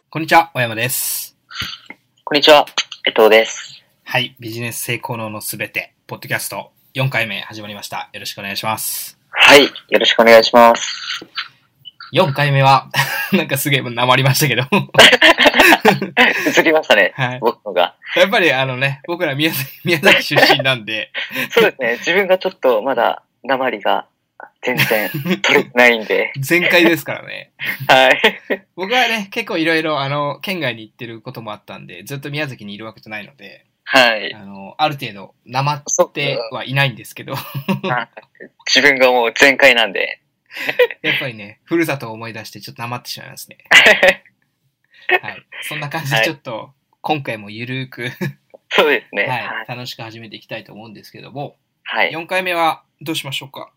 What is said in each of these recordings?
こんにちは、小山です。 こんにちは、江藤です。 はい、ビジネス成功のすべて、ポッドキャスト4回目始まりました。よろしくお願いします。 はい、よろしくお願いします。 4回目は、なんかすげえ訛りましたけど。 映りましたね、 はい、 僕のが。 やっぱり僕ら宮崎出身なんで。 そうですね、自分がちょっとまだ訛りが全然取れてないんで。 全開ですからね。 はい。 僕はね、結構いろいろ県外に行ってることもあったんで、ずっと宮崎にいるわけじゃないので、 はい。 ある程度、訛ってはいないんですけど。 自分がもう全開なんで。 やっぱりね、ふるさとを思い出してちょっと訛ってしまいますね。はい。そんな感じでちょっと、今回もゆるーくそうですね、 はい。楽しく始めていきたいと思うんですけども、 はい。 4回目はどうしましょうか？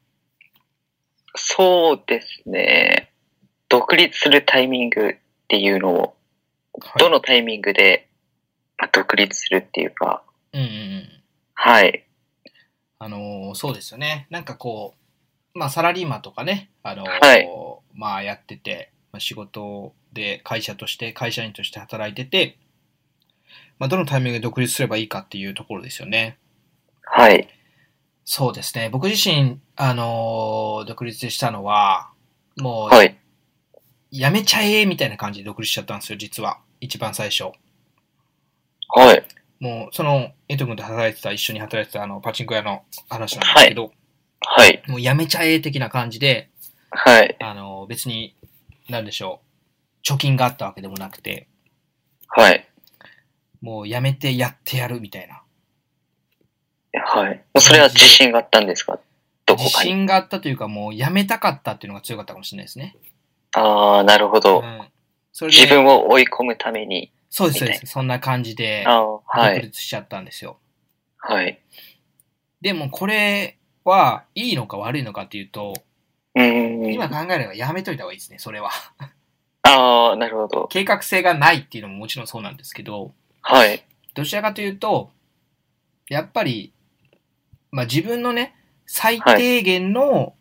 そうですね。独立するタイミングっていうのを、どのタイミングで独立するっていうか、はい。 そうですよね。なんかこう、まあサラリーマンとかね、 はい。 まあやってて、仕事で会社員として働いてて、まあどのタイミングで独立すればいいかっていうところですよね。 はい。 そうですね。僕自身、独立したのは、もう、 はい。 やめちゃえみたいな感じで独立しちゃったんですよ、実は。一番最初。 はい。 もう、エイト君と一緒に働いてたパチンコ屋の話なんですけど、 はい。 もうやめちゃえ的な感じで、 はい。 別に、なんでしょう、貯金があったわけでもなくて、 はい。 もうやめてやってやるみたいな。 はい。それは自信があったんですか？どこ自かに。 信があったというか、もうやめたかったっていうのが強かったかもしれないですね。 ああ、なるほど。 それで自分を追い込むために。 そうです、そうです。そんな感じで、独立しちゃったんですよ。 はい。 でもこれはいいのか悪いのかっていうと、今考えればやめといた方がいいですね、それは。 ああ、なるほど。 計画性がないっていうのももちろんそうなんですけど、 はい。 どちらかというと、やっぱり、まあ自分のね、最低限の、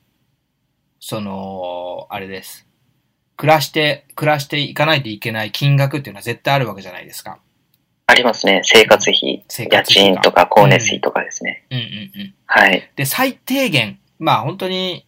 あれです。暮らしていかないといけない金額っていうのは絶対あるわけじゃないですか。 ありますね。生活費、家賃とか光熱費とかですね。はい。 で、最低限、まあ本当に、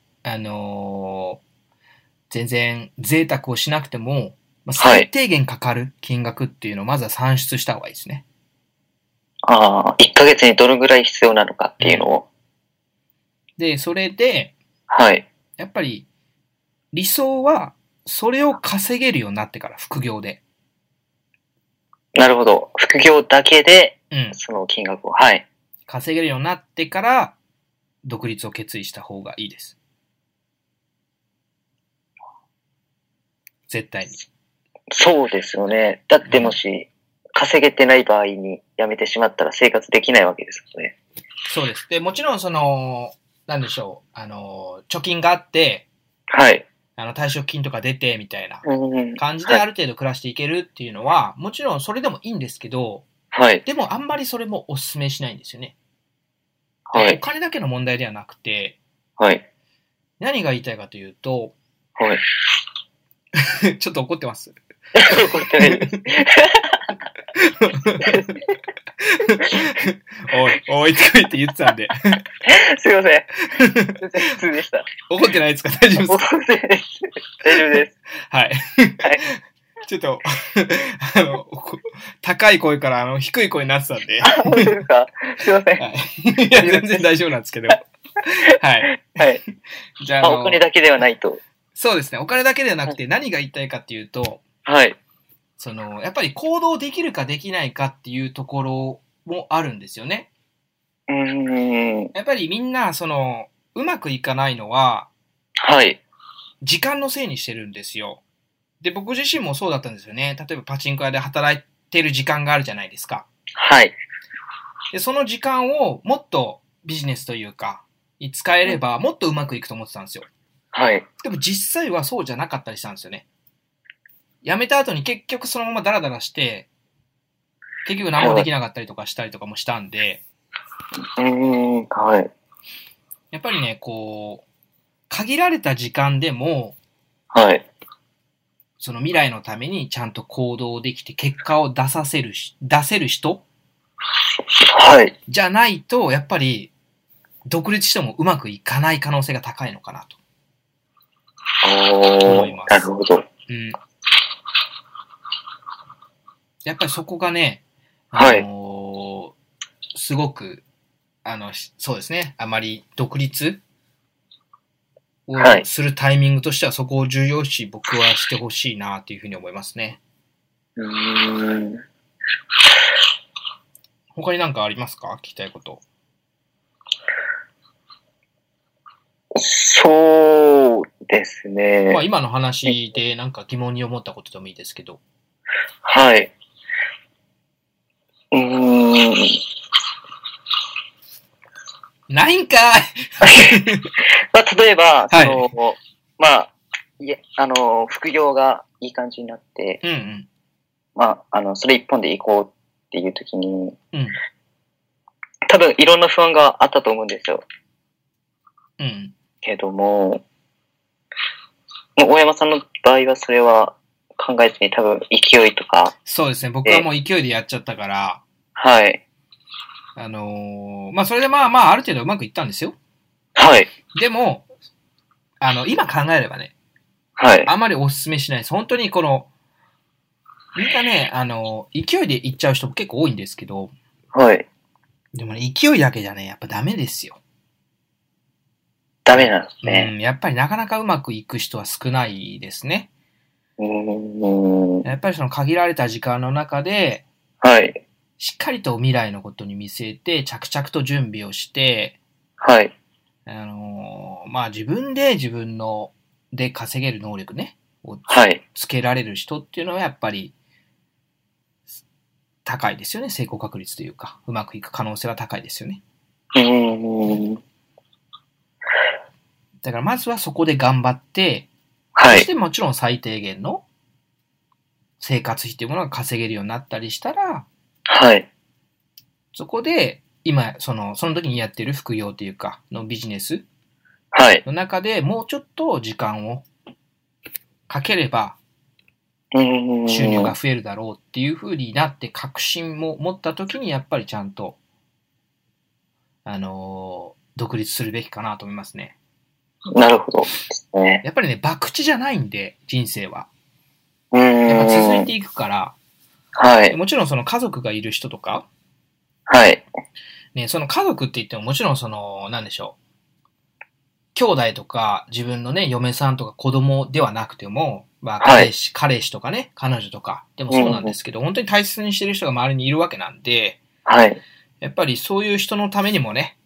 全然贅沢をしなくても、まあ、最低限かかる金額っていうのをまずは算出した方がいいですね。 ああ、1ヶ月にどのぐらい必要なのかっていうのを。 で、それで、 はい。 やっぱり理想はそれを稼げるようになってから、副業で。 なるほど。副業だけで、その金額を、はい。 稼げるようになってから、独立を決意した方がいいです。絶対に。 そうですよね。だってもし、稼げてない場合に辞めてしまったら生活できないわけですよね。 そうです。で、もちろんなんでしょう、貯金があって、 はい。 退職金とか出てみたいな感じである程度暮らしていけるっていうのは、もちろんそれでもいいんですけど、 はい。 でもあんまりそれもお勧めしないんですよね。 はい。 お金だけの問題ではなくて、 はい。 何が言いたいかというと、 はい。 ちょっと怒ってます。 怒ってないです。 おいって言ってたんで。 すいません。普通でした。 怒ってないですか？大丈夫ですか？ 怒ってないです。大丈夫です。 はい。ちょっと、高い声から低い声になってたんで。 本当ですか？すいません。 はい。いや、全然大丈夫なんですけど。はい。 はい。 じゃあ、 お金だけではないと。 そうですね。お金だけではなくて、何が言いたいかっていうと、 はい。 やっぱり行動できるかできないかっていうところもあるんですよね。やっぱりみんな、うまくいかないのは、 はい。 時間のせいにしてるんですよ。で、僕自身もそうだったんですよね。例えばパチンコ屋で働いてる時間があるじゃないですか。 はい。 で、その時間をもっとビジネスというか、に使えればもっとうまくいくと思ってたんですよ。 はい。 でも実際はそうじゃなかったりしたんですよね。辞めた後に結局そのままダラダラして、結局何もできなかったりとかしたりとかもしたんで、 はい。 やっぱりね、限られた時間でも、 はい。 その未来のためにちゃんと行動できて結果を出せる人はい。 じゃないと、やっぱり独立してもうまくいかない可能性が高いのかなと思います。 なるほど。 うん。やっぱりそこがね、 はい。 すごく、そうですね、あまり独立をするタイミングとしてはそこを重要視僕はしてほしいなというふうに思いますね。他に何かありますか？聞きたいこと。 そうですね。 まあ今の話でなんか疑問に思ったことでもいいですけど。 はい。 ないんかいまあ、例えば、まあ、副業がいい感じになって、 うんうん、 まあ、それ一本で行こうっていう時に、 うん、 多分いろんな不安があったと思うんですよ。 うん。 けども、大山さんの場合はそれは考えずに多分勢いとか。 そうですね。僕はもう勢いでやっちゃったから。 はい。 まあそれでまあある程度うまくいったんですよ。 はい。 でも、今考えればね。 はい。 あまりお勧めしないです。本当にみんなね、勢いで行っちゃう人も結構多いんですけど。 はい。 でもね、勢いだけじゃね、やっぱダメですよ。 ダメなんですね。 やっぱりなかなかうまくいく人は少ないですね。やっぱりその限られた時間の中で、 はい。 しっかりと未来のことに見据えて、着々と準備をして、 はい。 まあ自分で稼げる能力ね、をつけられる人っていうのはやっぱり高いですよね。成功確率というか、うまくいく可能性は高いですよね。だからまずはそこで頑張って、そしてもちろん最低限の生活費っていうものが稼げるようになったりしたら、 はい。 そこで、今、その時にやってる副業というか、のビジネスの中でもうちょっと時間をかければ、収入が増えるだろうっていう風になって確信も持った時にやっぱりちゃんと、独立するべきかなと思いますね。 なるほど。 やっぱりね、博打じゃないんで、人生は。やっぱ続いていくから、 はい。 もちろんその家族がいる人とか、 はい。 ね、その家族って言ってももちろんなんでしょう。兄弟とか自分のね、嫁さんとか子供ではなくても、まあ彼氏とかね、彼女とか、でもそうなんですけど、本当に大切にしてる人が周りにいるわけなんで、 はい。 やっぱりそういう人のためにもね、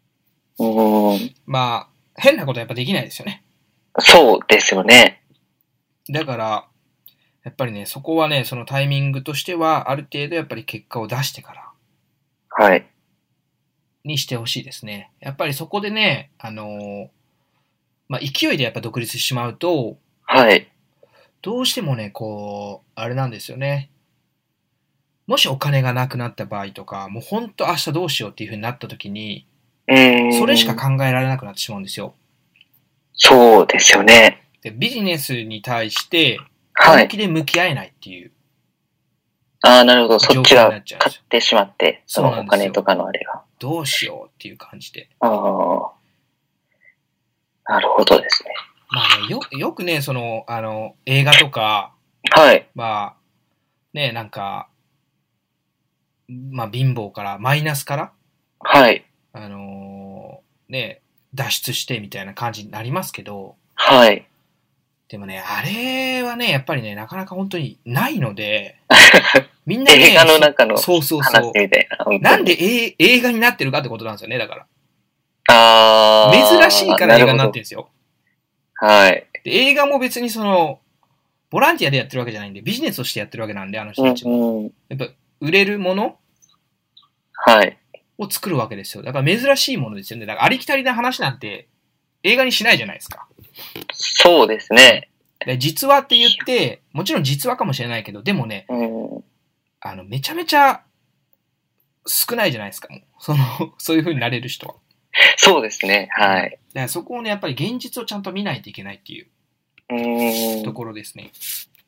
まあ、変なことはやっぱできないですよね。 そうですよね。 だから、やっぱりね、そこはね、そのタイミングとしては、ある程度やっぱり結果を出してから、 はい。 にしてほしいですね。やっぱりそこでね、まあ、勢いでやっぱ独立してしまうと、 はい。 どうしてもね、あれなんですよね。もしお金がなくなった場合とか、もうほんと明日どうしようっていう風になった時に、それしか考えられなくなってしまうんですよ。 そうですよね。 でビジネスに対して、本気で向き合えないっていう。 ああ、なるほど。そっちが買ってしまって、そのお金とかのあれが。 どうしようっていう感じで。 ああ。なるほどですね。 まあね、よくね、映画とか、 はい。 まあ、ね、なんか、まあ、貧乏から、マイナスから、 はい。 ね、脱出してみたいな感じになりますけど、 はい。 でもね、あれはね、やっぱりね、なかなか本当にないので、みんなね、 映画の中のそうそうそう。なんで映画になってるかってことなんですよね、だから。 ああ。珍しいから映画になってるんですよ。 はい。 で映画も別にボランティアでやってるわけじゃないんで、ビジネスとしてやってるわけなんで、あの人たちも。やっぱ、売れるものはい。 を作るわけですよ。だから珍しいものですよね。だからありきたりな話なんて映画にしないじゃないですか。 そうですね。 で実話って言って、もちろん実話かもしれないけど、でもね、めちゃめちゃ少ないじゃないですか、もう。そういう風になれる人は。 そうですね。はい。 だからそこをね、やっぱり現実をちゃんと見ないといけないっていうところですね。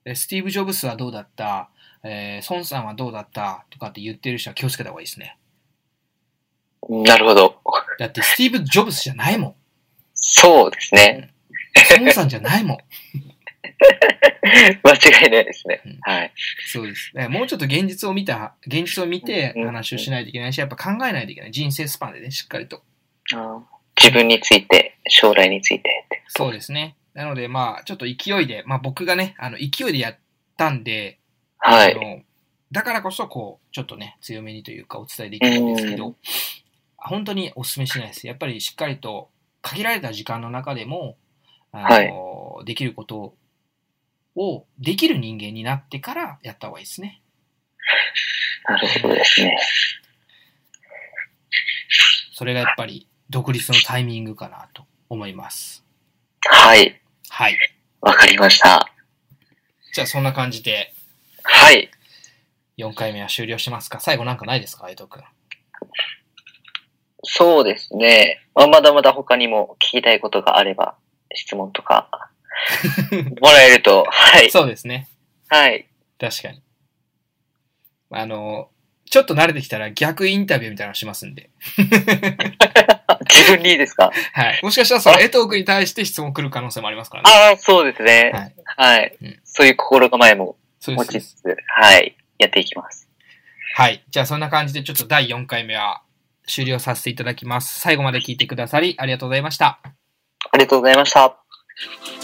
スティーブ・ジョブスはどうだった、孫さんはどうだったとかって言ってる人は気をつけた方がいいですね。 なるほど。 だってスティーブ・ジョブスじゃないもん。 そうですね。 孫さんじゃないもん。 間違いないですね。はい。 そうです。もうちょっと現実を見て話をしないといけないし、やっぱ考えないといけない。人生スパンでね、しっかりと。 自分について、将来についてって。 そうですね。なので、まあ、ちょっと勢いで、まあ僕がね、勢いでやったんで、 はい。 だからこそ、こう、ちょっとね、強めにというかお伝えできるんですけど、本当にお勧めしないです。やっぱりしっかりと、限られた時間の中でも、できることをできる人間になってからやった方がいいですね。 なるほどですね。 それがやっぱり独立のタイミングかなと思います。 はい。 はい。 わかりました。 じゃあそんな感じで。 はい。 4回目は終了しますか？最後なんかないですか、江藤くん。 そうですね。まだまだ他にも聞きたいことがあれば、質問とかもらえると、はい。 そうですね。 はい。 確かに。ちょっと慣れてきたら逆インタビューみたいなのしますんで。 自分にいいですか？ はい。もしかしたらその江藤くんに対して質問来る可能性もありますからね。 ああ、そうですね。はい。はい。そういう心構えも持ちつつ、はい。やっていきます。 はい。じゃあそんな感じでちょっと第4回目は終了させていただきます。最後まで聞いてくださりありがとうございました。 ありがとうございました。